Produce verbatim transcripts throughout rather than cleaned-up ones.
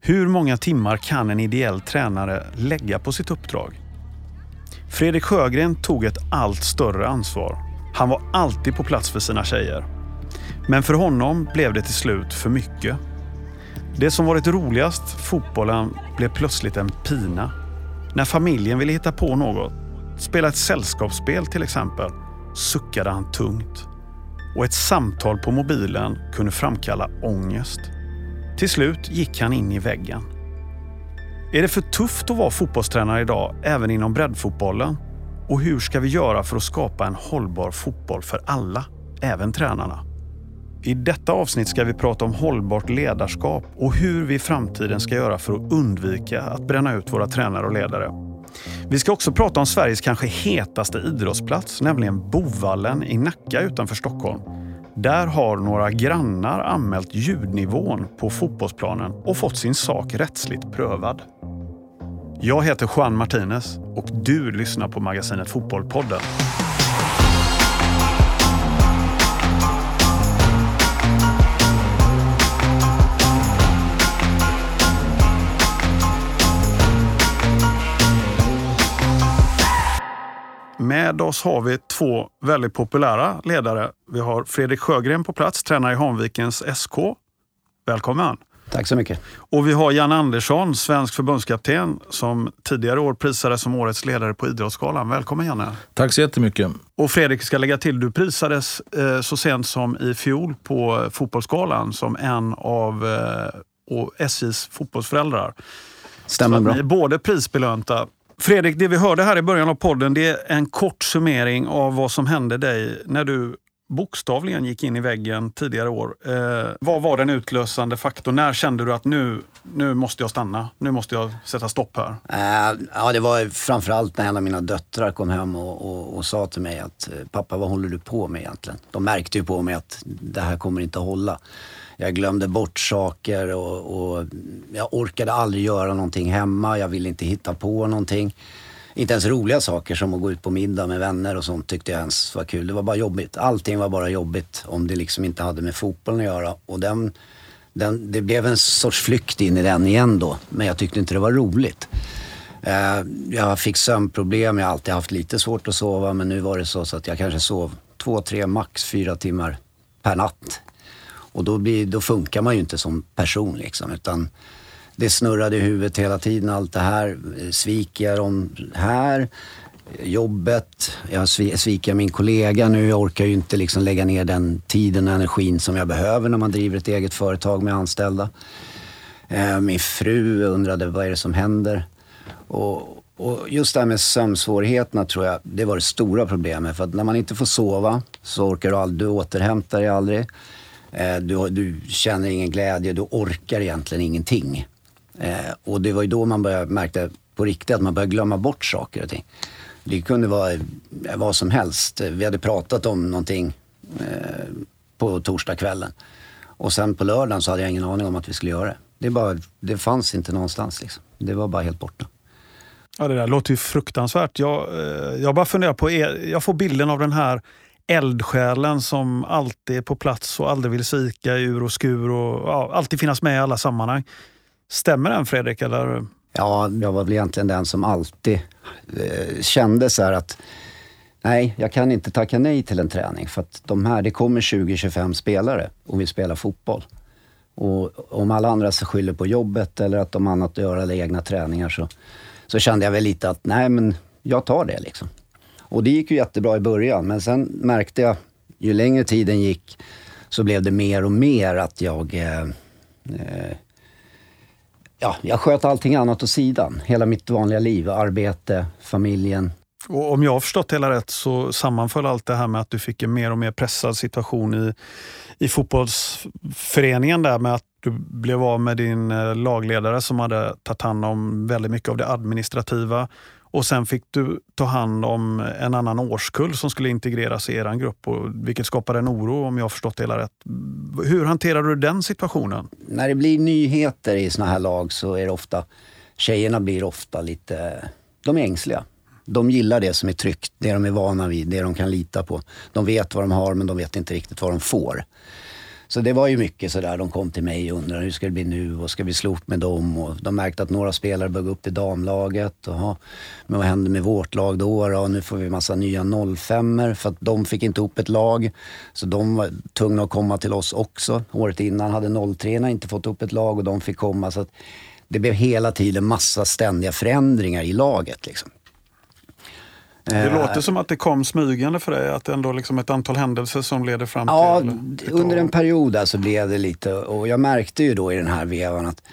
Hur många timmar kan en ideell tränare lägga på sitt uppdrag? Fredrik Sjögren tog ett allt större ansvar. Han var alltid på plats för sina tjejer. Men för honom blev det till slut för mycket. Det som varit roligast, fotbollen, blev plötsligt en pina. När familjen ville hitta på något, spela ett sällskapsspel till exempel, suckade han tungt. Och ett samtal på mobilen kunde framkalla ångest. Till slut gick han in i väggen. Är det för tufft att vara fotbollstränare idag, även inom breddfotbollen? Och hur ska vi göra för att skapa en hållbar fotboll för alla, även tränarna? I detta avsnitt ska vi prata om hållbart ledarskap och hur vi i framtiden ska göra för att undvika att bränna ut våra tränare och ledare. Vi ska också prata om Sveriges kanske hetaste idrottsplats, nämligen Bovallen i Nacka utanför Stockholm. Där har några grannar anmält ljudnivån på fotbollsplanen och fått sin sak rättsligt prövad. Jag heter Juan Martinez och du lyssnar på magasinet Fotbollpodden. Med oss har vi två väldigt populära ledare. Vi har Fredrik Sjögren på plats, tränare i Hanvikens S K. Välkommen. Tack så mycket. Och vi har Jan Andersson, svensk förbundskapten, som tidigare år prisades som årets ledare på Idrottsgalan. Välkommen Janne. Tack så jättemycket. Och Fredrik ska lägga till, du prisades eh, så sent som i fjol på Fotbollsgalan som en av eh, S J:s fotbollsföräldrar. Stämmer bra. Ni är både prisbelönta. Fredrik, det vi hörde här i början av podden, det är en kort summering av vad som hände dig när du bokstavligen gick in i väggen tidigare år. Eh, vad var den utlösande faktorn? När kände du att nu, nu måste jag stanna? Nu måste jag sätta stopp här? Uh, ja, det var framförallt när en av mina döttrar kom hem och, och, och sa till mig att pappa, vad håller du på med egentligen? De märkte ju på mig att det här kommer inte att hålla. Jag glömde bort saker och, och jag orkade aldrig göra någonting hemma. Jag ville inte hitta på någonting. Inte ens roliga saker som att gå ut på middag med vänner och sånt tyckte jag ens var kul. Det var bara jobbigt. Allting var bara jobbigt om det liksom inte hade med fotbollen att göra. Och den, den, det blev en sorts flykt in i den igen då. Men jag tyckte inte det var roligt. Eh, jag fick sömnproblem. Jag har alltid haft lite svårt att sova. Men nu var det så, så att jag kanske sov två, tre, max fyra timmar per natt. Och då, blir, då funkar man ju inte som person liksom, utan det snurrade i huvudet hela tiden, allt det här. Sviker jag dem här? Jobbet? Jag sviker min kollega nu. Jag orkar ju inte liksom lägga ner den tiden och energin som jag behöver när man driver ett eget företag med anställda. Min fru undrade vad är det som händer. Och, och just det här med sömnsvårigheterna tror jag, det var det stora problemet. För att när man inte får sova så orkar du aldrig, du återhämtar dig aldrig. Du, du känner ingen glädje, du orkar egentligen ingenting. Eh, och det var ju då man började märkte på riktigt att man började glömma bort saker och ting. Det kunde vara vad som helst. Vi hade pratat om någonting eh, på torsdagskvällen. Och sen på lördagen så hade jag ingen aning om att vi skulle göra det. Det, bara, det fanns inte någonstans liksom. Det var bara helt borta. Ja, det där låter ju fruktansvärt. Jag, jag bara funderar på, er, jag får bilden av den här eldsjälen som alltid är på plats och aldrig vill svika ur och skur och ja, alltid finnas med i alla sammanhang. Stämmer den, Fredrik? Eller? Ja, jag var väl egentligen den som alltid eh, kände så här att nej, jag kan inte tacka nej till en träning för att de här, det kommer tjugo till tjugofem spelare och vi spelar fotboll. Och om alla andra så skyller på jobbet eller att de annat gör eller egna träningar så, så kände jag väl lite att nej, men jag tar det liksom. Och det gick ju jättebra i början, men sen märkte jag, ju längre tiden gick så blev det mer och mer att jag eh, eh, ja, jag sköt allting annat åt sidan. Hela mitt vanliga liv, arbete, familjen. Och om jag har förstått hela rätt så sammanföll allt det här med att du fick en mer och mer pressad situation i, i fotbollsföreningen där med att du blev av med din lagledare som hade tagit hand om väldigt mycket av det administrativa. Och sen fick du ta hand om en annan årskull som skulle integreras i er grupp, och vilket skapade en oro om jag har förstått hela rätt. Hur hanterar du den situationen? När det blir nyheter i såna här lag så är det ofta, tjejerna blir ofta lite, de är ängsliga. De gillar det som är tryggt, det de är vana vid, det de kan lita på. De vet vad de har men de vet inte riktigt vad de får. Så det var ju mycket sådär, de kom till mig och undrade hur ska det bli nu och ska vi slå upp med dem, och de märkte att några spelare började gå upp till damlaget. Aha, men vad hände med vårt lag då? Och nu får vi massa nya noll femmer för att de fick inte upp ett lag, så de var tvungna att komma till oss också. Året innan hade noll tre inte fått upp ett lag och de fick komma, så att det blev hela tiden massa ständiga förändringar i laget liksom. Det låter som att det kom smygande för dig, att det ändå liksom ett antal händelser som leder fram till... Ja, till under en period där så blev det lite, och jag märkte ju då i den här vevan att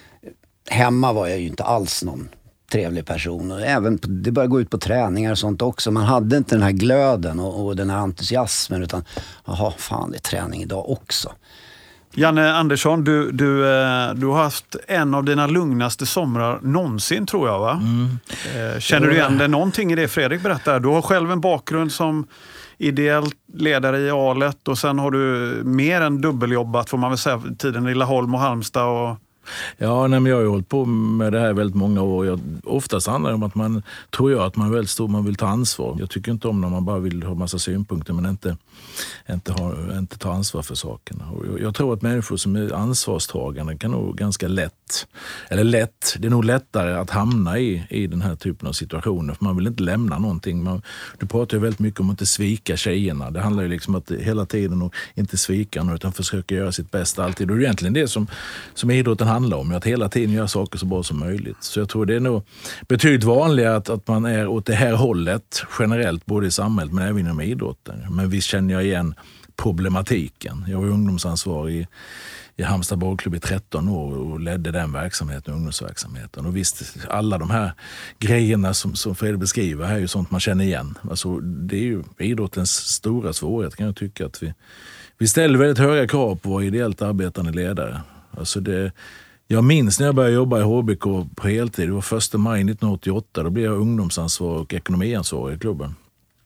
hemma var jag ju inte alls någon trevlig person, och även det började gå ut på träningar och sånt också. Man hade inte den här glöden och, och den här entusiasmen, utan jaha, fan det är träning idag också. Janne Andersson, du, du, du har haft en av dina lugnaste somrar någonsin, tror jag, va? Mm. Känner du igen det någonting i det Fredrik berättar? Du har själv en bakgrund som ideell ledare i Alet, och sen har du mer än dubbeljobbat, får man väl säga, tiden i Laholm och Halmstad och... Ja, nej, men jag har ju hållit på med det här väldigt många år. Jag, oftast handlar det om att man, tror jag, att man är väldigt stor, man vill ta ansvar. Jag tycker inte om när man bara vill ha massa synpunkter men inte, inte, ha, inte ta ansvar för sakerna. Och jag, jag tror att människor som är ansvarstagande kan nog ganska lätt, eller lätt, det är nog lättare att hamna i, i den här typen av situationer, för man vill inte lämna någonting. Man, du pratar ju väldigt mycket om att inte svika tjejerna. Det handlar ju liksom om att hela tiden att inte svika någon, utan försöka göra sitt bästa alltid. Och det är egentligen det som, som idrotten handlar om, att hela tiden göra saker så bra som möjligt. Så jag tror det är nog betydligt vanligare att, att man är åt det här hållet generellt, både i samhället men även inom idrotten. Men visst känner jag igen problematiken. Jag var ungdomsansvarig i, i Halmstad bollklubb i tretton år och ledde den verksamheten, ungdomsverksamheten. Och visst, alla de här grejerna som, som Fredrik beskriver här är ju sånt man känner igen. Alltså, det är ju idrottens stora svårighet, kan jag tycka, att vi, vi ställer väldigt höga krav på våra ideellt arbetande ledare. Alltså det, jag minns när jag började jobba i H B K på heltid, det var första maj nittonhundraåttioåtta, då blev jag ungdomsansvarig och ekonomiansvarig i klubben.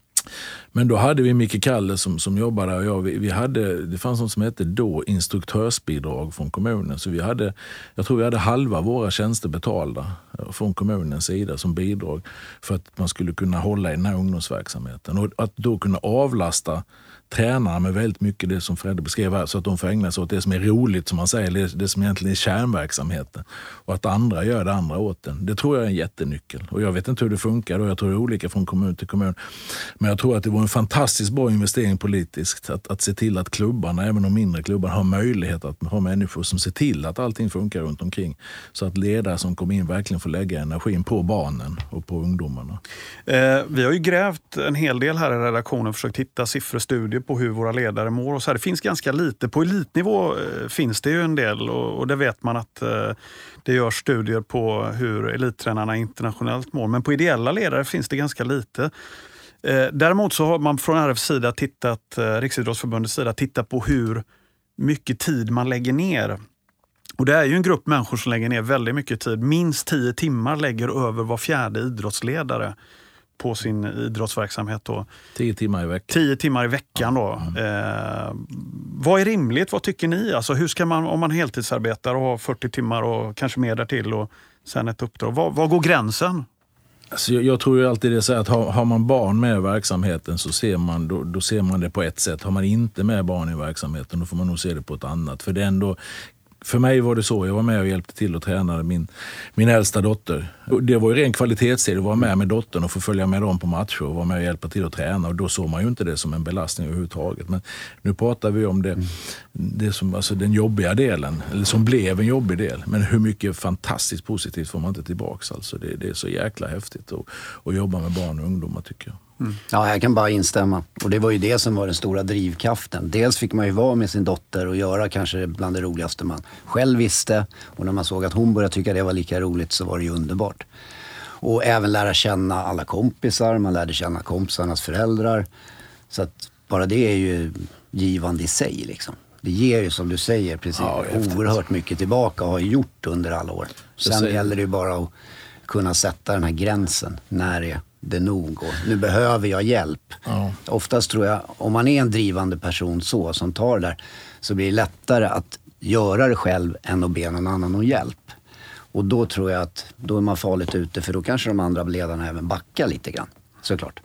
Men då hade vi Micke Kalle som, som jobbade och jag, vi, vi hade, det fanns något som hette då instruktörsbidrag från kommunen, så vi hade, jag tror vi hade halva våra tjänster betalda från kommunens sida som bidrag för att man skulle kunna hålla i den här ungdomsverksamheten, och att då kunna avlasta tränarna med väldigt mycket det som Fredrik beskrev här, så att de får ägna sig åt det som är roligt, som man säger, det, det som egentligen är kärnverksamheten, och att andra gör det andra åt den. Det tror jag är en jättenyckel, och jag vet inte hur det funkar, och jag tror det är olika från kommun till kommun, men jag tror att det var en fantastiskt bra investering politiskt att, att se till att klubbarna, även de mindre klubbarna, har möjlighet att ha människor som ser till att allting funkar runt omkring, så att ledare som kommer in verkligen får lägga energin på barnen och på ungdomarna. Eh, vi har ju grävt en hel del här i redaktionen, försökt hitta siffror på hur våra ledare mår och så här. Det finns ganska lite. På elitnivå eh, finns det ju en del, och, och det vet man att eh, det görs studier på hur elittränarna internationellt mår. Men på ideella ledare finns det ganska lite. Eh, däremot så har man från R F:s sida tittat, eh, Riksidrottsförbundets sida, tittat på hur mycket tid man lägger ner. Och det är ju en grupp människor som lägger ner väldigt mycket tid. Minst tio timmar lägger över var fjärde idrottsledare på sin idrottsverksamhet då. Tio timmar i veckan. Tio timmar i veckan då. Mm. Eh, vad är rimligt? Vad tycker ni? Alltså hur ska man, om man heltidsarbetar och har fyrtio timmar och kanske mer därtill och sen ett uppdrag, vad, vad går gränsen? Alltså jag, jag tror ju alltid det är så att har, har man barn med i verksamheten så ser man, då, då ser man det på ett sätt. Har man inte med barn i verksamheten, då får man nog se det på ett annat. För det är ändå, för mig var det så, jag var med och hjälpte till och tränade min, min äldsta dotter. Det var ju ren kvalitetstid att vara med med dottern och få följa med dem på matcher och vara med och hjälpa till att träna, och då såg man ju inte det som en belastning överhuvudtaget. Men nu pratar vi om det, det som, alltså den jobbiga delen, eller som blev en jobbig del, men hur mycket fantastiskt positivt får man inte tillbaka. Alltså det, det är så jäkla häftigt att, att jobba med barn och ungdomar, tycker jag. Mm. Ja, jag kan bara instämma. Och det var ju det som var den stora drivkraften. Dels fick man ju vara med sin dotter och göra kanske bland det roligaste man själv visste. Och när man såg att hon började tycka det var lika roligt så var det ju underbart. Och även lära känna alla kompisar. Man lärde känna kompisarnas föräldrar. Så att bara det är ju givande i sig liksom. Det ger ju, som du säger, precis ja, oerhört mycket tillbaka och har gjort under alla år. Sen det gäller det ju bara att kunna sätta den här gränsen när det är det nog, och nu behöver jag hjälp. Ja. Oftast tror jag, om man är en drivande person så, som tar det där, så blir det lättare att göra det själv än att be någon annan om hjälp. Och då tror jag att då är man farligt ute, för då kanske de andra ledarna även backar lite grann, såklart.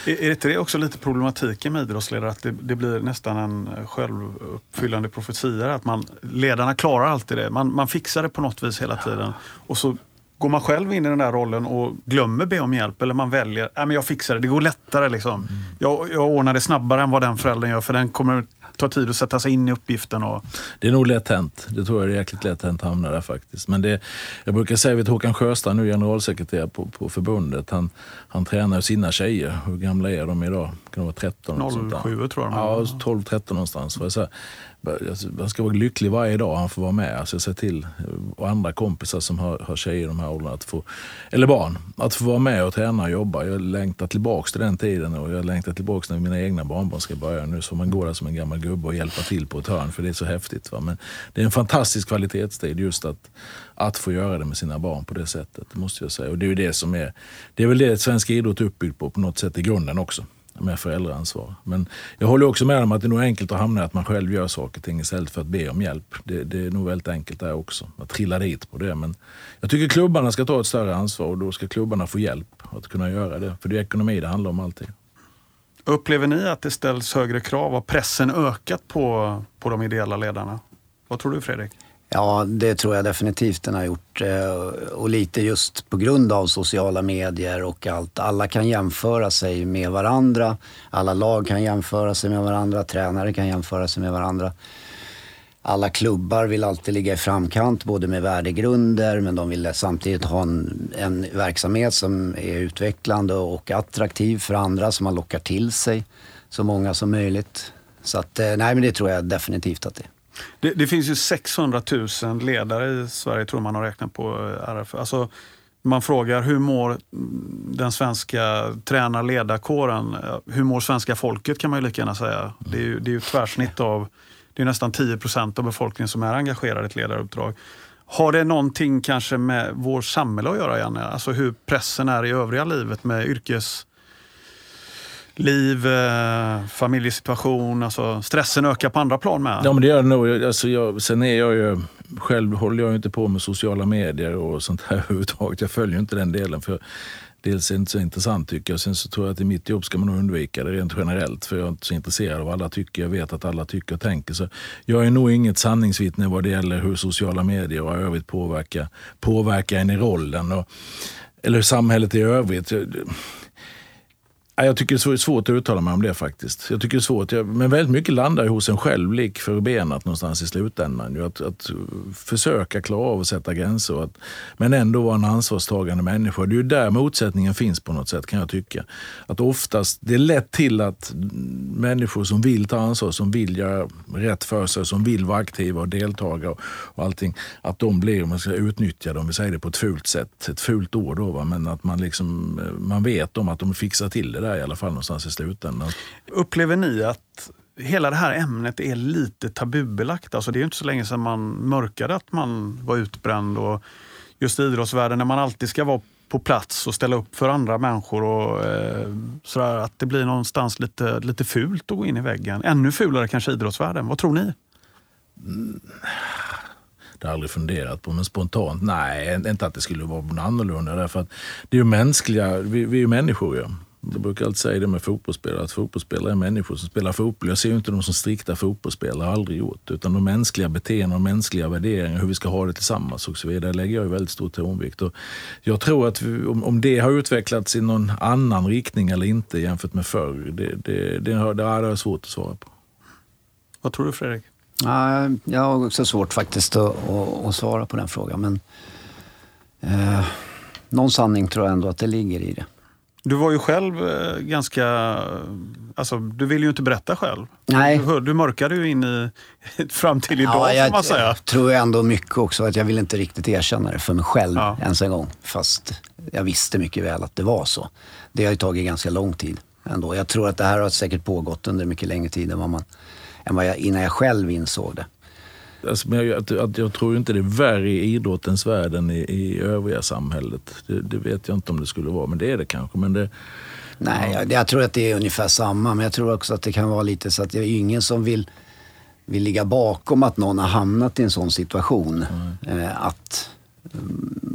Är, är det inte det också lite problematiken med idrottsledare? Att det, det blir nästan en självuppfyllande profetia. Att man, ledarna klarar alltid det. Man, man fixar det på något vis hela tiden. Och så går man själv in i den där rollen och glömmer be om hjälp. Eller man väljer, nej men jag fixar det. Det går lättare liksom. Mm. Jag, jag ordnar det snabbare än vad den föräldern gör. För den kommer ta tid att sätta sig in i uppgiften. Och... Det är nog lätt hänt. Det tror jag är jäkligt lätt hänt att hamna där faktiskt. Men det, jag brukar säga att Håkan Sjöstrand, nu generalsekreterare på, på förbundet, han, han tränar sina tjejer. Hur gamla är de idag? Kan de vara tretton? noll sju tror jag. Ja, tolv tretton någonstans. För jag säger, man ska vara lycklig varje dag han får vara med. Alltså jag ser till, och andra kompisar som har, har tjejer i de här åldrarna, att få, eller barn, att få vara med och träna och jobba. Jag längtar tillbaka till den tiden och jag längtar tillbaka när mina egna barnbarn ska börja. Nu så man går där som en gammal gubbe och hjälpa till på ett hörn, för det är så häftigt. Va? Men det är en fantastisk kvalitetstid just att, att få göra det med sina barn på det sättet, måste jag säga. Och det är ju det som är, det är väl det svensk idrott är uppbyggd på på något sätt i grunden också, med föräldraansvar. Men jag håller också med om att det är nog enkelt att hamna att man själv gör saker och ting istället för att be om hjälp. Det, det är nog väldigt enkelt där också, att trilla dit på det. Men jag tycker klubbarna ska ta ett större ansvar och då ska klubbarna få hjälp att kunna göra det. För det är ekonomi det handlar om alltid. Upplever ni att det ställs högre krav? Har pressen ökat på, på de ideella ledarna? Vad tror du, Fredrik? Ja, det tror jag definitivt den har gjort. Och lite just på grund av sociala medier och allt. Alla kan jämföra sig med varandra. Alla lag kan jämföra sig med varandra. Tränare kan jämföra sig med varandra. Alla klubbar vill alltid ligga i framkant, både med värdegrunder, men de vill samtidigt ha en, en verksamhet som är utvecklande och attraktiv för andra, som man lockar till sig så många som möjligt. Så att, nej, men det tror jag definitivt att det är. Det, det finns ju sexhundratusen ledare i Sverige, tror man har räknat på R F. Alltså, man frågar hur mår den svenska tränar-ledarkåren, hur mår svenska folket, kan man ju lika gärna säga. Det är ju, det är ju ett tvärsnitt av, det är nästan tio procent av befolkningen som är engagerad i ett ledaruppdrag. Har det någonting kanske med vår samhälle att göra, Janne? Alltså hur pressen är i övriga livet med yrkes... liv, eh, familjesituation, alltså stressen ökar på andra plan med. Ja, men det gör det nog. Alltså jag, sen är jag ju, själv håller jag inte på med sociala medier och sånt här överhuvudtaget. Jag följer inte den delen, för dels är det inte så intressant tycker jag. Sen så tror jag att i mitt jobb ska man nog undvika det rent generellt, för jag är inte så intresserad av vad alla tycker. Jag vet att alla tycker och tänker. Så jag är nog inget sanningsvittne vad det gäller hur sociala medier och övrigt påverkar, påverkar en i rollen. Och, eller hur samhället i övrigt. Jag tycker det är svårt att uttala mig om det faktiskt. Jag tycker det är svårt. Men väldigt mycket landar hos en själv, lik för benat någonstans i slutändan. Att, att försöka klara av att sätta gränser. Att, men ändå vara en ansvarstagande människa. Det är ju där motsättningen finns på något sätt, kan jag tycka. Att oftast, det är lätt till att människor som vill ta ansvar, som vill göra rätt för sig, som vill vara aktiva och deltaga och, och allting, att de blir, man ska utnyttja dem, vi säger det på ett fult sätt. Ett fult ord då, va? Men att man liksom, man vet om att de fixar till det där i alla fall någonstans i slutändan. Upplever ni att hela det här ämnet är lite tabubelagt? Alltså det är ju inte så länge sedan man mörkade att man var utbränd, och just i idrottsvärlden när man alltid ska vara på plats och ställa upp för andra människor och eh, sådär, att det blir någonstans lite, lite fult att gå in i väggen. Ännu fulare kanske idrottsvärlden. Vad tror ni? Mm. Det har jag aldrig funderat på, men spontant, nej, inte att det skulle vara annorlunda, därför att det är ju mänskliga, vi, vi är ju människor, ja. Jag brukar alltid säga det med fotbollsspelare, att fotbollsspelare är människor som spelar fotboll. Jag ser ju inte dem som strikta fotbollsspelare, har aldrig gjort, utan de mänskliga beteenden och mänskliga värderingar, hur vi ska ha det tillsammans och så vidare, lägger jag ju väldigt stor tonvikt. Och jag tror att vi, om, om det har utvecklats i någon annan riktning eller inte jämfört med förr, det, det, det, har, det är svårt att svara på. Vad tror du, Fredrik? Ja, jag har också svårt faktiskt att, att, att svara på den frågan, men eh, någon sanning tror jag ändå att det ligger i det. Du var ju själv eh, ganska, alltså du vill ju inte berätta själv. Nej. Du, du mörkade ju in i fram till idag, ja, jag, får man säga. Jag tror ändå mycket också att jag vill inte riktigt erkänna det för mig själv ja. ens en gång. Fast jag visste mycket väl att det var så. Det har ju tagit ganska lång tid ändå. Jag tror att det här har säkert pågått under mycket längre tid än vad man, än vad jag, innan jag själv insåg det. Alltså, men jag, jag, jag tror inte det är värre i idrottens värld än i, i övriga samhället. Det, det vet jag inte om det skulle vara, men det är det kanske. Men det, Nej, jag, jag tror att det är ungefär samma, men jag tror också att det kan vara lite så att det är ingen som vill, vill ligga bakom att någon har hamnat i en sån situation. Mm. Eh, att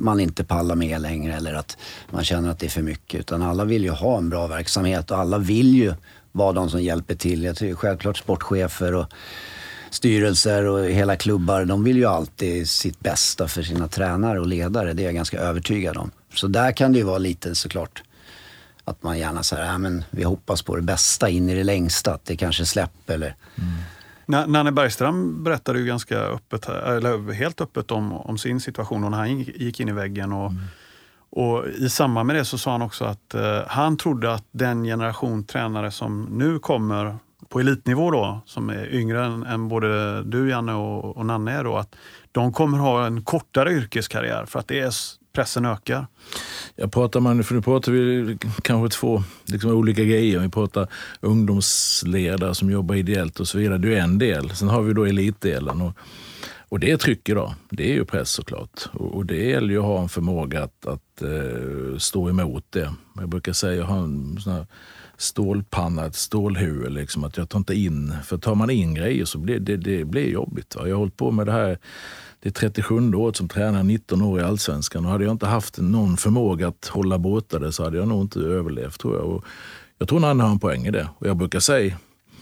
man inte pallar med längre eller att man känner att det är för mycket. Utan alla vill ju ha en bra verksamhet och alla vill ju vara de som hjälper till. Jag tycker självklart sportchefer och styrelser och hela klubbar, de vill ju alltid sitt bästa för sina tränare och ledare. Det är jag ganska övertygad om. Så där kan det ju vara lite såklart att man gärna säger, ja men vi hoppas på det bästa in i det längsta, att det kanske släpper eller... Mm. Nanne Bergström berättade ju ganska öppet, eller helt öppet om, om sin situation och när han gick in i väggen. Och, mm. och i samband med det så sa han också att uh, han trodde att den generation tränare som nu kommer på elitnivå då, som är yngre än, än både du Janne och, och Nanne är då, att de kommer ha en kortare yrkeskarriär för att det är, pressen ökar. Jag pratar man, för nu pratar vi kanske två liksom, olika grejer. Vi pratar ungdomsledare som jobbar ideellt och så vidare. Det är en del. Sen har vi då elitdelen och, och det är tryck idag. Det är ju press såklart. Och, och det gäller ju att ha en förmåga att, att uh, stå emot det. Jag brukar säga att jag har en sån här stålpanna, ett stålhuvud liksom, att jag tar inte in, för tar man in grejer så blir det, det blir jobbigt. Va? Jag har hållit på med det här, det är trettiosjunde året som tränare, nitton år i Allsvenskan, och hade jag inte haft någon förmåga att hålla båtade så hade jag nog inte överlevt, tror jag. Och jag tror han har en poäng i det. Och jag brukar säga,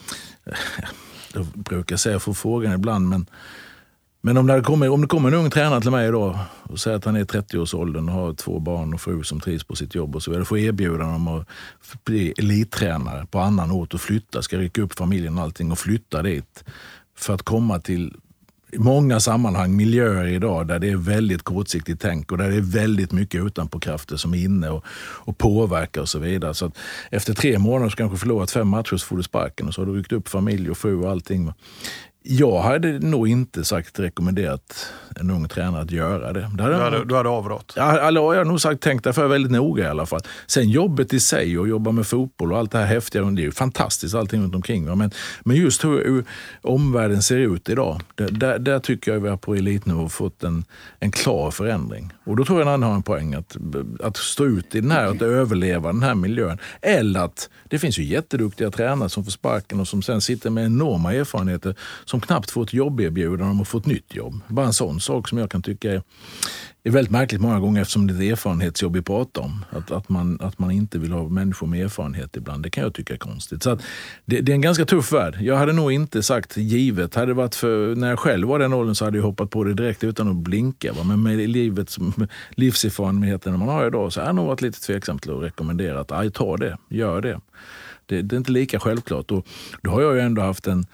jag brukar säga för frågan ibland, men Men om det, kommer, om det kommer en ung tränare till mig idag och säger att han är trettio-årsåldern och har två barn och fru som trivs på sitt jobb och så vidare, får erbjuda dem att bli elittränare på annan ort och flytta, ska rycka upp familjen och allting och flytta dit för att komma till i många sammanhang miljöer idag där det är väldigt kortsiktigt tänk och där det är väldigt mycket utanpåkrafter som är inne och, och påverkar och så vidare. Så att efter tre månader så kanske förlorat fem matcher så får du sparken och så har du ryckt upp familj och fru och allting. Jag hade nog inte sagt rekommenderat en ung tränare att göra det. det hade du, hade, nog, du hade avrått? Ja, alltså, jag har nog sagt tänkt därför väldigt noga i alla fall. Sen jobbet i sig och jobba med fotboll och allt det här häftiga, det är ju fantastiskt allting runt omkring. Men, men just hur, hur omvärlden ser ut idag, där, där, där tycker jag vi har på elitnivå fått en, en klar förändring. Och då tror jag att han har en poäng att, att stå ut i den här, att överleva den här miljön. Eller att det finns ju jätteduktiga tränare som får sparken och som sen sitter med enorma erfarenheter som knappt får ett jobberbjudande och får ett nytt jobb. Bara en sån sak som jag kan tycka är, är väldigt märkligt många gånger eftersom det är ett erfarenhetsjobb vi pratar om. Att, att, man, att man inte vill ha människor med erfarenhet ibland. Det kan jag tycka är konstigt. Så att det, det är en ganska tuff värld. Jag hade nog inte sagt givet. Hade det varit för, när jag själv var den åldern så hade jag hoppat på det direkt utan att blinka. Va? Men med livets, livserfarenheten man har idag så har jag nog varit lite tveksam till att rekommendera att aj, ta det, gör det. det. Det är inte lika självklart. Och då har jag ju ändå haft en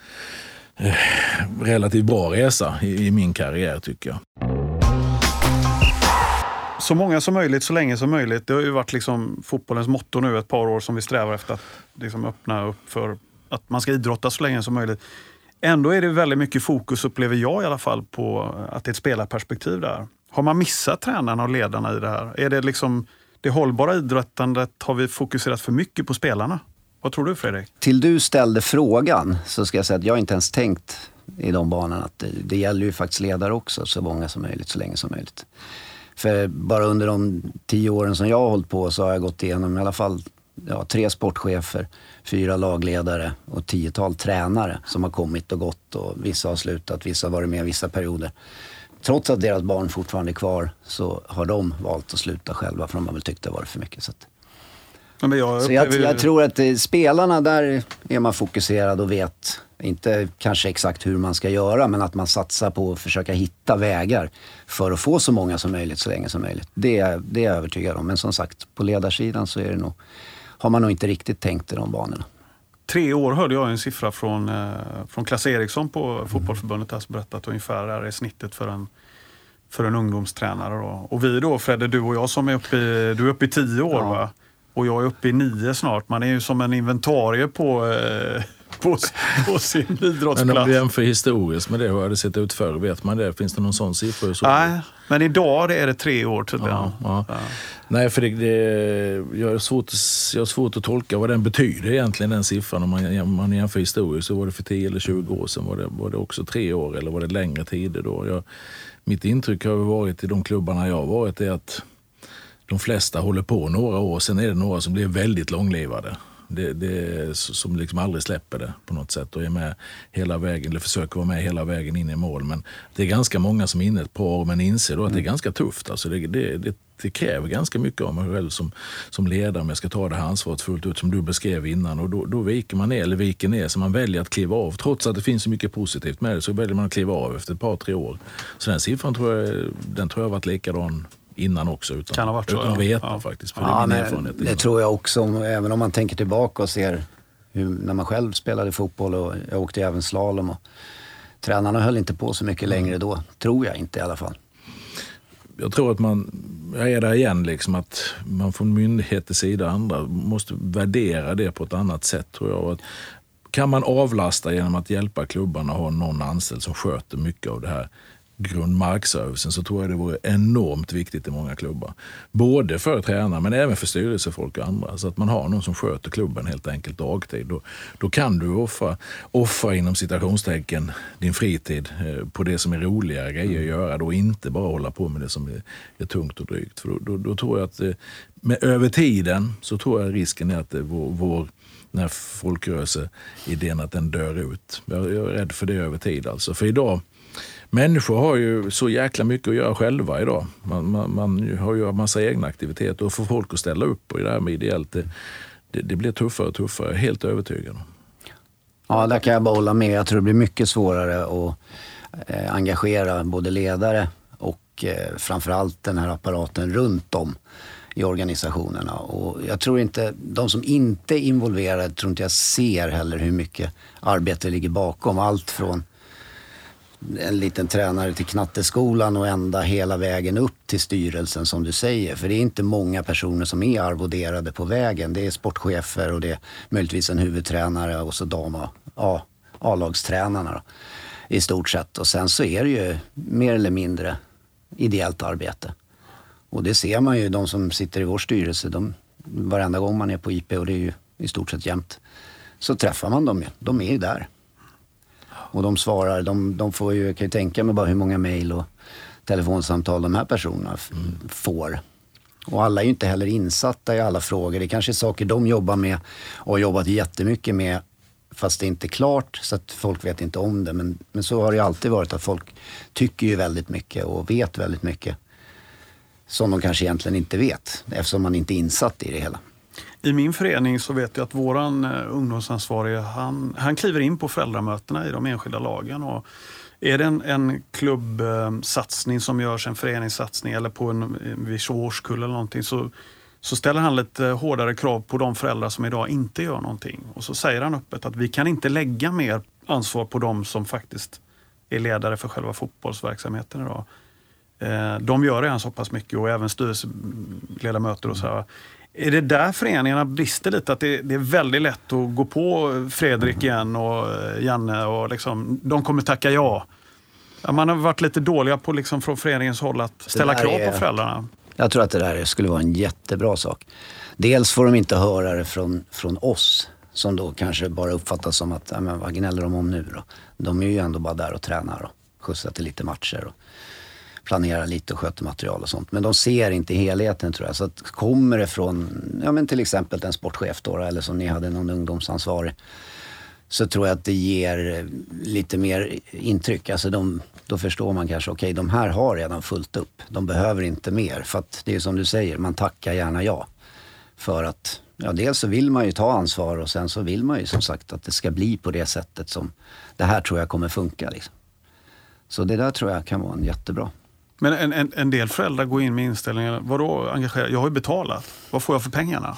relativt bra resa i, i min karriär tycker jag. Så många som möjligt, så länge som möjligt. Det har ju varit liksom fotbollens motto nu ett par år som vi strävar efter att liksom öppna upp för att man ska idrotta så länge som möjligt. Ändå är det väldigt mycket fokus, upplever jag i alla fall, på att det är ett spelarperspektiv där. Har man missat tränarna och ledarna i det här? Är det liksom det hållbara idrottandet, har vi fokuserat för mycket på spelarna? Vad tror du, Fredrik? Till du ställde frågan så ska jag säga att jag inte ens tänkt i de banorna att det, det gäller ju faktiskt ledare också, så många som möjligt, så länge som möjligt. För bara under de tio åren som jag har hållit på så har jag gått igenom i alla fall ja, tre sportchefer, fyra lagledare och tiotal tränare som har kommit och gått, och vissa har slutat, vissa har varit med vissa perioder. Trots att deras barn fortfarande är kvar så har de valt att sluta själva för de har väl tyckt det var för mycket. Så att Men jag, Så jag, jag tror att eh, spelarna där är man fokuserad och vet inte kanske exakt hur man ska göra, men att man satsar på att försöka hitta vägar för att få så många som möjligt så länge som möjligt. Det, det är jag övertygad om. Men som sagt, på ledarsidan så är det nog, har man nog inte riktigt tänkt i de banorna. Tre år hörde jag en siffra från, eh, från Klass Eriksson på mm. fotbollsförbundet, alltså berättat ungefär är det snittet för en för en ungdomstränare då. Och vi då, Fredde, du och jag som är uppe i, du är uppe i tio år, ja. Va? Och jag är uppe i nio snart. Man är ju som en inventarie på, eh, på, på sin idrottsplats. Men om vi jämför historiskt med det, hur har det sett ut förr? Vet man det? Finns det någon sån siffra? Så Nej, men idag är det tre år tydligen. Ja, ja. Ja. Nej, för det, det, jag, har svårt, jag har svårt att tolka vad den betyder egentligen, den siffran. Om man, om man jämför historiskt så var det för tio eller tjugo år sedan. Var det, var det också tre år eller var det längre tider då? Jag, mitt intryck har varit i de klubbarna jag har varit är att de flesta håller på några år, sen är det några som blir väldigt långlivade. Det, det, som liksom aldrig släpper det på något sätt och är med hela vägen, eller försöker vara med hela vägen in i mål. Men det är ganska många som är inne ett par år men inser då att det är ganska tufft. Alltså det, det, det, det kräver ganska mycket av mig själv som, som ledare om jag ska ta det här ansvaret fullt ut som du beskrev innan. Och då, då viker man ner, eller viker ner, så man väljer att kliva av. Trots att det finns så mycket positivt med det så väljer man att kliva av efter ett par, tre år. Så den siffran tror jag, den tror jag har varit likadan innan också utan, kan ha varit så, utan att veta ja. faktiskt. För Ja, det är men min det tror jag också, även om man tänker tillbaka och ser hur, när man själv spelade fotboll och jag åkte även slalom och tränarna höll inte på så mycket längre då, tror jag inte i alla fall. Jag tror att man, jag är där igen liksom, att man från myndigheters sida andra måste värdera det på ett annat sätt tror jag. Att kan man avlasta genom att hjälpa klubbarna och ha någon anställd som sköter mycket av det här grundmarkservicen, så tror jag det vore enormt viktigt i många klubbar. Både för tränare men även för styrelsefolk och andra. Så att man har någon som sköter klubben helt enkelt dagtid. Då, då kan du offra, offra inom citationstecken din fritid eh, på det som är roligare grejer att göra. Då inte bara hålla på med det som är, är tungt och drygt. För då, då, då tror jag att eh, med, över tiden så tror jag risken är att det, vår, vår den här folkrörelseidén att den dör ut. Jag, jag är rädd för det över tid alltså. För idag människor har ju så jäkla mycket att göra själva idag. Man, man, man har ju en massa egna aktiviteter och får folk att ställa upp och i det här med ideellt, det, det, det blir tuffare och tuffare. Jag är helt övertygad. Ja, där kan jag bara hålla med. Jag tror det blir mycket svårare att eh, engagera både ledare och eh, framförallt den här apparaten runt om i organisationerna. Och jag tror inte, de som inte är involverade tror inte jag ser heller hur mycket arbete ligger bakom. Allt från en liten tränare till knatteskolan och ända hela vägen upp till styrelsen som du säger. För det är inte många personer som är arvoderade på vägen. Det är sportchefer och det är möjligtvis en huvudtränare och så dam- och A-lagstränarna då, i stort sett. Och sen så är det ju mer eller mindre ideellt arbete. Och det ser man ju, de som sitter i vår styrelse, de, varenda gång man är på I P, och det är ju i stort sett jämt, så träffar man dem ju. De är ju där. Och de svarar, de, de får ju, kan ju tänka mig bara hur många mejl och telefonsamtal de här personerna f- mm. får. Och alla är ju inte heller insatta i alla frågor. Det kanske är saker de jobbar med och har jobbat jättemycket med, fast det är inte klart så att folk vet inte om det. Men, men så har det ju alltid varit, att folk tycker ju väldigt mycket och vet väldigt mycket som de kanske egentligen inte vet, eftersom man inte är insatt i det hela. I min förening så vet jag att våran uh, ungdomsansvarige, han, han kliver in på föräldramötena i de enskilda lagen. Och är det en, en klubbsatsning uh, som görs, en föreningssatsning eller på en, en viss årskull eller någonting, så, så ställer han lite uh, hårdare krav på de föräldrar som idag inte gör någonting. Och så säger han öppet att vi kan inte lägga mer ansvar på de som faktiskt är ledare för själva fotbollsverksamheten idag. Uh, de gör redan så pass mycket, och även styrelseledamöter och så här. Är det där föreningarna brister lite? Att det, det är väldigt lätt att gå på Fredrik igen och Janne och liksom, de kommer tacka ja. Ja, man har varit lite dåliga på liksom från föreningens håll att ställa krav är, på föräldrarna. Jag tror att det där skulle vara en jättebra sak. Dels får de inte höra det från, från oss, som då kanske bara uppfattas som att, ja, men vad gnäller de om nu då? De är ju ändå bara där och tränar och skjutsar till lite matcher och planerar lite och sköter material och sånt. Men de ser inte helheten, tror jag. Så att kommer det från, ja men till exempel en sportchef då, eller som ni hade någon ungdomsansvarig, så tror jag att det ger lite mer intryck. Alltså de, då förstår man kanske, okej, okay, de här har redan fullt upp. De behöver inte mer. För att det är som du säger, man tackar gärna ja. För att, ja, dels så vill man ju ta ansvar, och sen så vill man ju som sagt att det ska bli på det sättet som det här tror jag kommer funka liksom. Så det där tror jag kan vara en jättebra. Men en, en, en del föräldrar går in med inställningen, vadå engagerad? Jag har ju betalat. Vad får jag för pengarna?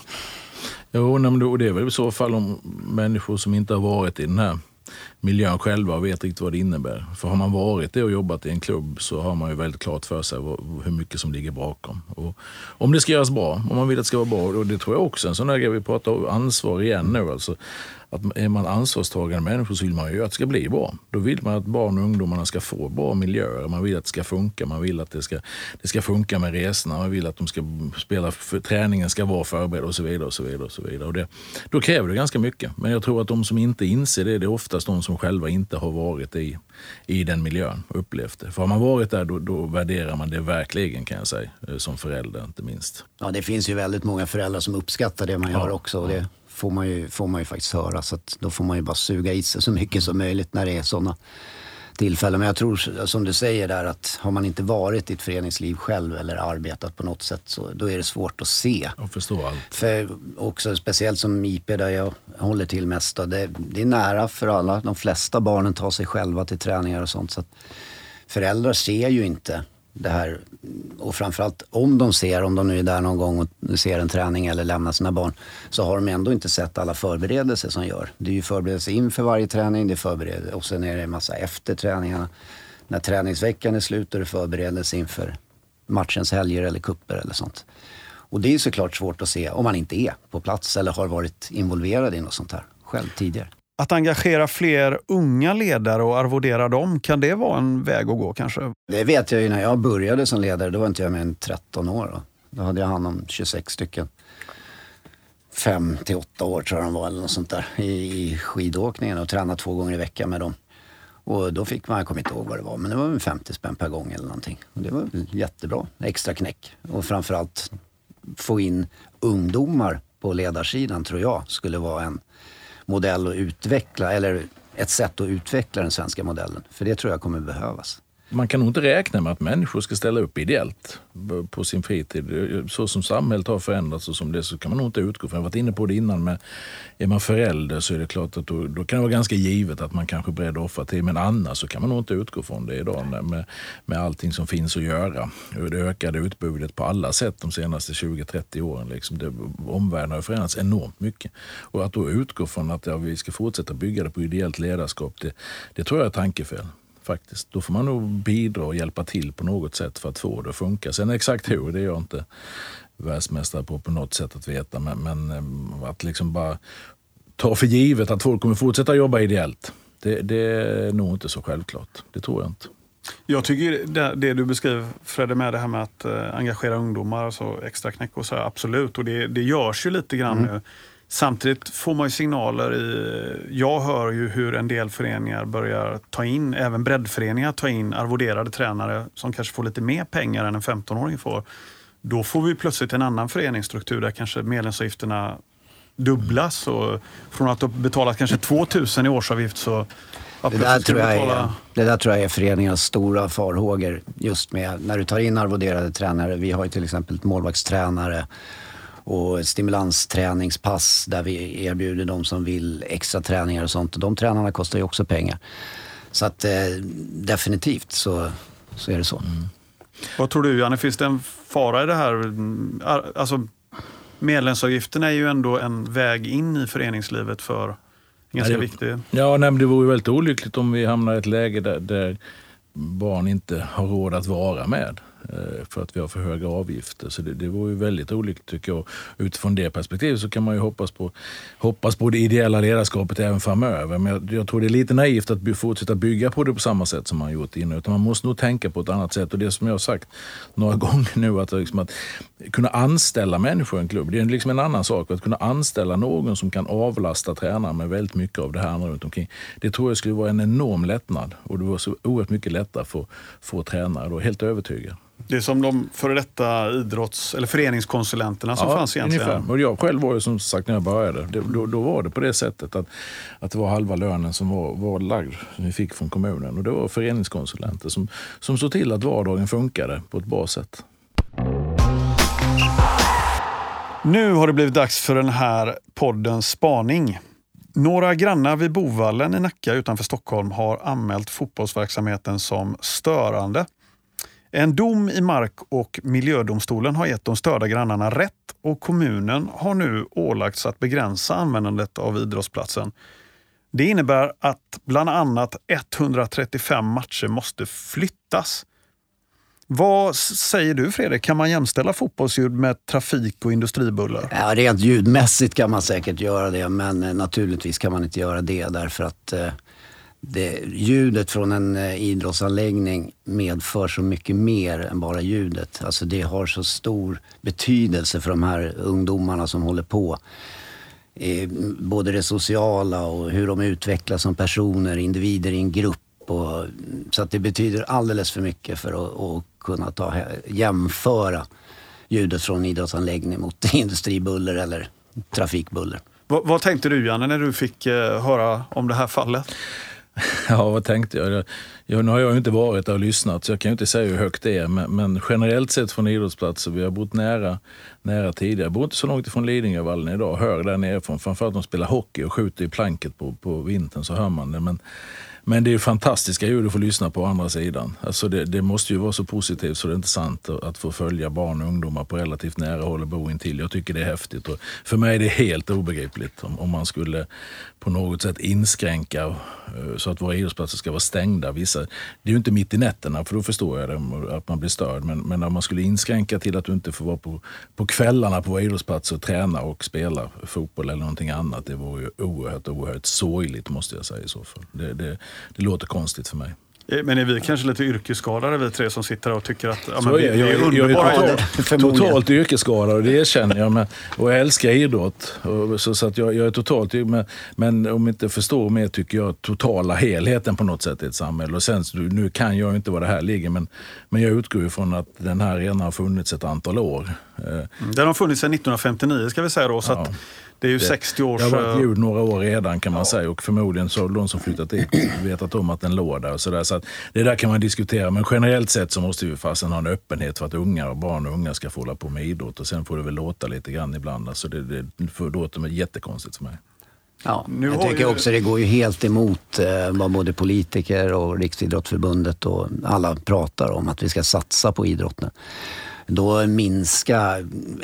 Jo, och det är väl i så fall om människor som inte har varit i den här miljön själva och vet riktigt vad det innebär. För har man varit det och jobbat i en klubb, så har man ju väldigt klart för sig vad, hur mycket som ligger bakom. Och om det ska göras bra, om man vill att det ska vara bra, och det tror jag också en sån här grej, vi pratar om ansvar igen nu alltså. Att är man ansvarstagande människor, så vill man ju att det ska bli bra. Då vill man att barn och ungdomarna ska få bra miljöer. Man vill att det ska funka. Man vill att det ska, det ska funka med resorna. Man vill att de ska spela, för träningen ska vara förberedd och så vidare och så vidare och så vidare. Och det, då kräver det ganska mycket. Men jag tror att de som inte inser det, det är oftast de som själva inte har varit i, i den miljön och upplevt det. För har man varit där, då, då värderar man det verkligen, kan jag säga, som förälder inte minst. Ja, det finns ju väldigt många föräldrar som uppskattar det man gör, ja, också. Och det får man ju, får man ju faktiskt höra. Så att då får man ju bara suga i sig så mycket som möjligt när det är sådana tillfällen. Men jag tror, som du säger där, att har man inte varit i ett föreningsliv själv eller arbetat på något sätt, så då är det svårt att se. Jag förstår allt. För också speciellt som I P där jag håller till mest, då, det, det är nära för alla. De flesta barnen tar sig själva till träningar och sånt. Så att föräldrar ser ju inte det här, och framförallt om de ser, om de nu är där någon gång och ser en träning eller lämnar sina barn, så har de ändå inte sett alla förberedelser som gör. Det är ju förberedelse inför varje träning, det är förberedelse, och sen är det en massa efter träningarna. När träningsveckan är slut är det förberedelse inför matchens helger eller kupper eller sånt. Och det är såklart svårt att se om man inte är på plats eller har varit involverad i något sånt här själv tidigare. Att engagera fler unga ledare och arvodera dem, kan det vara en väg att gå kanske? Det vet jag ju när jag började som ledare, då var inte jag med en tretton år. Då, då hade jag hand om tjugosex stycken. Fem till åtta år tror jag de var eller något sånt där i, i skidåkningen, och tränade två gånger i veckan med dem. Och då fick man, jag kommer inte ihåg vad det var, men det var femtio spänn per gång eller någonting. Och det var jättebra, extra knäck. Och framförallt få in ungdomar på ledarsidan tror jag skulle vara en modell att utveckla, eller ett sätt att utveckla den svenska modellen. För det tror jag kommer behövas. Man kan nog inte räkna med att människor ska ställa upp ideellt på sin fritid. Så som samhället har förändrats och som det, så kan man nog inte utgå från. Jag har varit inne på det innan, men är man förälder så är det klart att då, då kan det vara ganska givet att man kanske är beredd att offra till. Men annars så kan man nog inte utgå från det idag med, med allting som finns att göra. Det ökade utbudet på alla sätt de senaste tjugo till trettio åren. Liksom det, omvärlden har förändrats enormt mycket. Och att då utgå från att ja, vi ska fortsätta bygga det på ideellt ledarskap, det, det tror jag är tankefel. Faktiskt. Då får man nog bidra och hjälpa till på något sätt för att få det att funka. Sen exakt hur, det är jag inte världsmästare på på något sätt att veta. Men, men att liksom bara ta för givet att folk kommer fortsätta jobba ideellt, det, det är nog inte så självklart. Det tror jag inte. Jag tycker det, det du beskriver, Fredde, med det här med att eh, engagera ungdomar, alltså extra knäck och så, absolut. Och det, det görs ju lite grann mm. nu. Samtidigt får man ju signaler i, jag hör ju hur en del föreningar börjar ta in, även breddföreningar ta in arvoderade tränare som kanske får lite mer pengar än en femton-åring får. Då får vi plötsligt en annan föreningsstruktur där kanske medlemsavgifterna dubblas, och från att ha betalat kanske tvåtusen i årsavgift så... Det där, tror jag är, det där tror jag är föreningens stora farhågor, just med när du tar in arvoderade tränare. Vi har ju till exempel ett målvaktstränare och stimulansträningspass där vi erbjuder de som vill extra träningar och sånt. De tränarna kostar ju också pengar. Så att eh, definitivt så, så är det så. Mm. Vad tror du, Janne? Finns det en fara i det här? Alltså, medlemsavgiften är ju ändå en väg in i föreningslivet för ganska viktig. Ja, nej, men det vore ju väldigt olyckligt om vi hamnar i ett läge där, där barn inte har råd att vara med för att vi har för höga avgifter. Så det, det vore ju väldigt olyckligt tycker jag. Utifrån det perspektivet så kan man ju hoppas på, hoppas på det ideella ledarskapet även framöver. Men jag, jag tror det är lite naivt att fortsätta bygga på det på samma sätt som man gjort innan. Utan man måste nog tänka på ett annat sätt. Och det som jag har sagt några gånger nu, att, liksom att kunna anställa människor i en klubb, det är liksom en annan sak. Att kunna anställa någon som kan avlasta tränaren med väldigt mycket av det här andra runt omkring. Det tror jag skulle vara en enorm lättnad. Och det var så oerhört mycket lättare för, för tränare. Då, helt övertygad. Det är som de före detta idrotts- eller föreningskonsulenterna som ja, fanns egentligen. Ungefär. Och jag själv var ju som sagt när jag började, det, då, då var det på det sättet att, att det var halva lönen som var, var lagd som vi fick från kommunen. Och det var föreningskonsulenter som, som såg till att vardagen funkade på ett bra sätt. Nu har det blivit dags för den här poddens spaning. Några grannar vid Bovallen i Nacka utanför Stockholm har anmält fotbollsverksamheten som störande. En dom i Mark- och miljödomstolen har gett de störda grannarna rätt, och kommunen har nu ålagts att begränsa användandet av idrottsplatsen. Det innebär att bland annat etthundratrettiofem matcher måste flyttas. Vad säger du, Fredrik? Kan man jämställa fotbollsljud med trafik och industribuller? Ja, rent ljudmässigt kan man säkert göra det, men naturligtvis kan man inte göra det därför att eh, det, ljudet från en eh, idrottsanläggning medför så mycket mer än bara ljudet. Alltså det har så stor betydelse för de här ungdomarna som håller på. Eh, både det sociala och hur de utvecklas som personer, individer i en grupp. Och, så att det betyder alldeles för mycket för att, att kunna ta, jämföra ljudet från idrottsanläggning mot industribuller eller trafikbuller. vad, vad tänkte du, Janne, när du fick eh, höra om det här fallet? Ja, vad tänkte jag? jag, jag nu har jag ju inte varit där och lyssnat, så jag kan ju inte säga hur högt det är. Men, men generellt sett från idrottsplatser, vi har bott nära, nära tidigare. Jag bor inte så långt ifrån Lidingövallen idag. Hör där nerifrån. Framförallt att de spelar hockey och skjuter i planket på, på vintern, så hör man det. Men, men det är ju fantastiska ljud att få lyssna på andra sidan. Alltså det, det måste ju vara så positivt så det är inte sant att få följa barn och ungdomar på relativt nära håll och bo intill. Jag tycker det är häftigt. Och för mig är det helt obegripligt om, om man skulle på något sätt inskränka så att våra idrottsplatser ska vara stängda. Vissa, det är ju inte mitt i nätterna, för då förstår jag det, att man blir störd. Men, men om man skulle inskränka till att du inte får vara på, på kvällarna på våra idrottsplatser och träna och spela fotboll eller någonting annat, det vore ju oerhört, oerhört sorgligt, måste jag säga i så fall. Det, det, det låter konstigt för mig. Men är vi kanske lite yrkesskadade, vi tre som sitter och tycker att ja, men så vi, är, vi är jag, jag är totalt, totalt yrkesskadad, och det erkänner jag. Men, och jag älskar idrott. Och, så, så att jag, jag är totalt... Men, men om inte förstår mer tycker jag totala helheten på något sätt i ett samhälle. Och sen, nu kan jag inte var det här ligger, men, men jag utgår ifrån att den här redan har funnits ett antal år. Den har funnits sedan nittonhundrafemtionio ska vi säga då, så ja. att det är ju sextio år. Det har varit ljud några år redan kan man ja. säga, och förmodligen så har de som flyttat dit vetat om att den låg där och sådär. Så att det där kan man diskutera, men generellt sett så måste vi fast ha en öppenhet för att unga och barn och unga ska få hålla på med idrott, och sen får det väl låta lite grann ibland. Alltså det, det får låta mig jättekonstigt för mig. Ja, jag tycker också det går ju helt emot eh, vad både politiker och Riksidrottsförbundet och alla pratar om, att vi ska satsa på idrotten. Då minska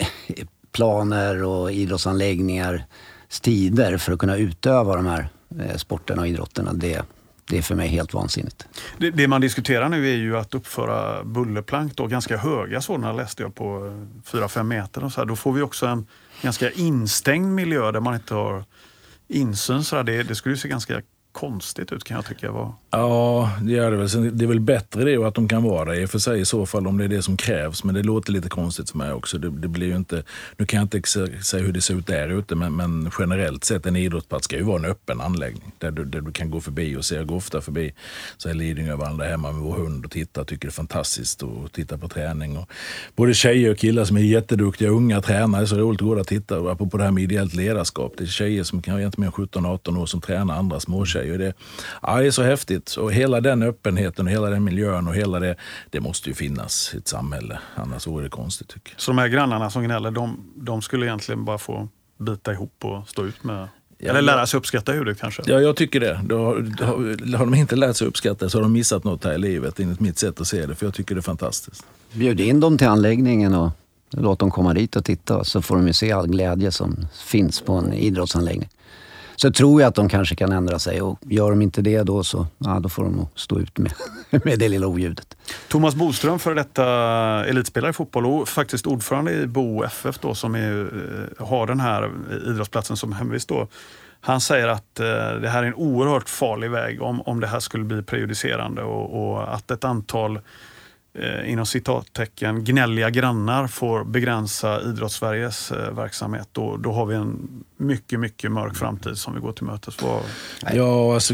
planer och idrottsanläggningar tider för att kunna utöva de här eh, sporterna och idrotterna, det, det är för mig helt vansinnigt. Det, det man diskuterar nu är ju att uppföra bullerplank då, ganska höga sådana läste jag på fyra fem meter och så här. Då får vi också en ganska instängd miljö där man inte har insyn. Så det, det skulle ju se ganska konstigt ut kan jag tycka. Var. Ja, det är det väl. Det är väl bättre det att de kan vara det för sig i så fall om det är det som krävs. Men det låter lite konstigt för mig också. Det, det blir ju inte, nu kan jag inte säga hur det ser ut där ute, men, men generellt sett en idrottsplats ska ju vara en öppen anläggning. Där du, där du kan gå förbi och se. Jag går ofta förbi så är Lidingövallen där hemma med vår hund och tittar. Tycker det är fantastiskt att titta på träning. Och både tjejer och killar som är jätteduktiga, unga tränare, så är det roligt att gå och titta. Apropå det här med ideellt ledarskap. Det är tjejer som kan ha egentligen sjutton arton år som tränar andra småtjejer. Det, ja, det är så häftigt. Och hela den öppenheten och hela den miljön och hela det, det måste ju finnas i ett samhälle. Annars vore det konstigt tycker jag. Så de här grannarna som gnäller, de, de skulle egentligen bara få bita ihop och stå ut med... Ja, eller lära sig uppskatta ljudet kanske? Ja, jag tycker det. Då har, har, har de inte lärt sig uppskatta så har de missat något här i livet enligt mitt sätt att se det. För jag tycker det är fantastiskt. Bjud in dem till anläggningen och låt dem komma dit och titta. Så får de ju se all glädje som finns på en idrottsanläggning. Så tror jag att de kanske kan ändra sig, och gör de inte det då så ja, då får de stå ut med, med det lilla oljudet. Thomas Boström, för detta elitspelare i fotboll och faktiskt ordförande i Bo F F då, som är, har den här idrottsplatsen som hemvist då. Han säger att eh, det här är en oerhört farlig väg om, om det här skulle bli prejudicerande och, och att ett antal eh, inom citattecken gnälliga grannar får begränsa idrottssveriges eh, verksamhet. Då, då har vi en mycket, mycket mörk framtid som vi går till mötes. Var... Ja, alltså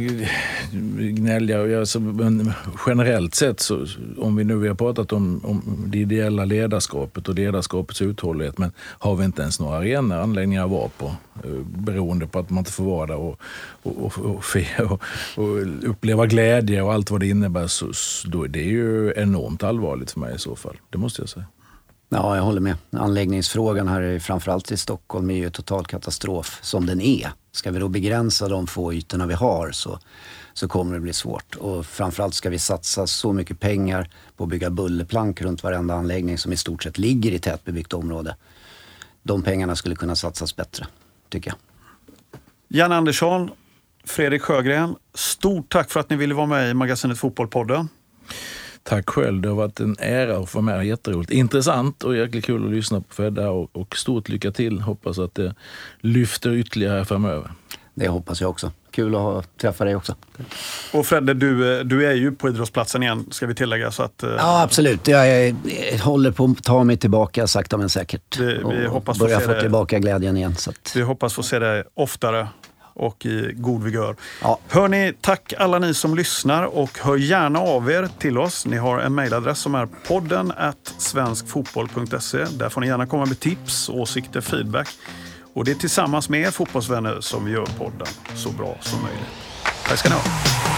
gnälliga. Alltså, men generellt sett så, om vi nu har pratat om, om det ideella ledarskapet och ledarskapets uthållighet, men har vi inte ens några arenor, anläggningar att vara på, beroende på att man inte får vara där och, och, och, och, och, och uppleva glädje och allt vad det innebär, så, så då är det ju enormt allvarligt för mig i så fall. Det måste jag säga. Ja, jag håller med. Anläggningsfrågan här är framförallt i Stockholm är ju total katastrof som den är. Ska vi då begränsa de få ytorna vi har så, så kommer det bli svårt. Och framförallt ska vi satsa så mycket pengar på att bygga bullerplank runt varenda anläggning som i stort sett ligger i tätbebyggt område. De pengarna skulle kunna satsas bättre, tycker jag. Jan Andersson, Fredrik Sjögren, stort tack för att ni ville vara med i Magasinet Fotbollpodden. Tack själv, det har varit en ära att få med, jätteroligt. Intressant och jäkligt kul att lyssna på Fedda och, och stort lycka till. Hoppas att det lyfter ytterligare framöver. Det hoppas jag också. Kul att ha, träffa dig också. Och Fredde, du, du är ju på idrottsplatsen igen, ska vi tillägga. Så att, ja, absolut. Jag, jag, jag håller på att ta mig tillbaka sakta men säkert. Vi, vi hoppas börja få, få tillbaka glädjen igen. Så att... Vi hoppas få se det oftare och i god vigör. Ja. Hör ni, tack alla ni som lyssnar och hör gärna av er till oss. Ni har en mejladress som är podden at svenskfotboll punkt se. Där får ni gärna komma med tips, åsikter, feedback. Och det är tillsammans med er fotbollsvänner som vi gör podden så bra som möjligt. Tack ska ni ha.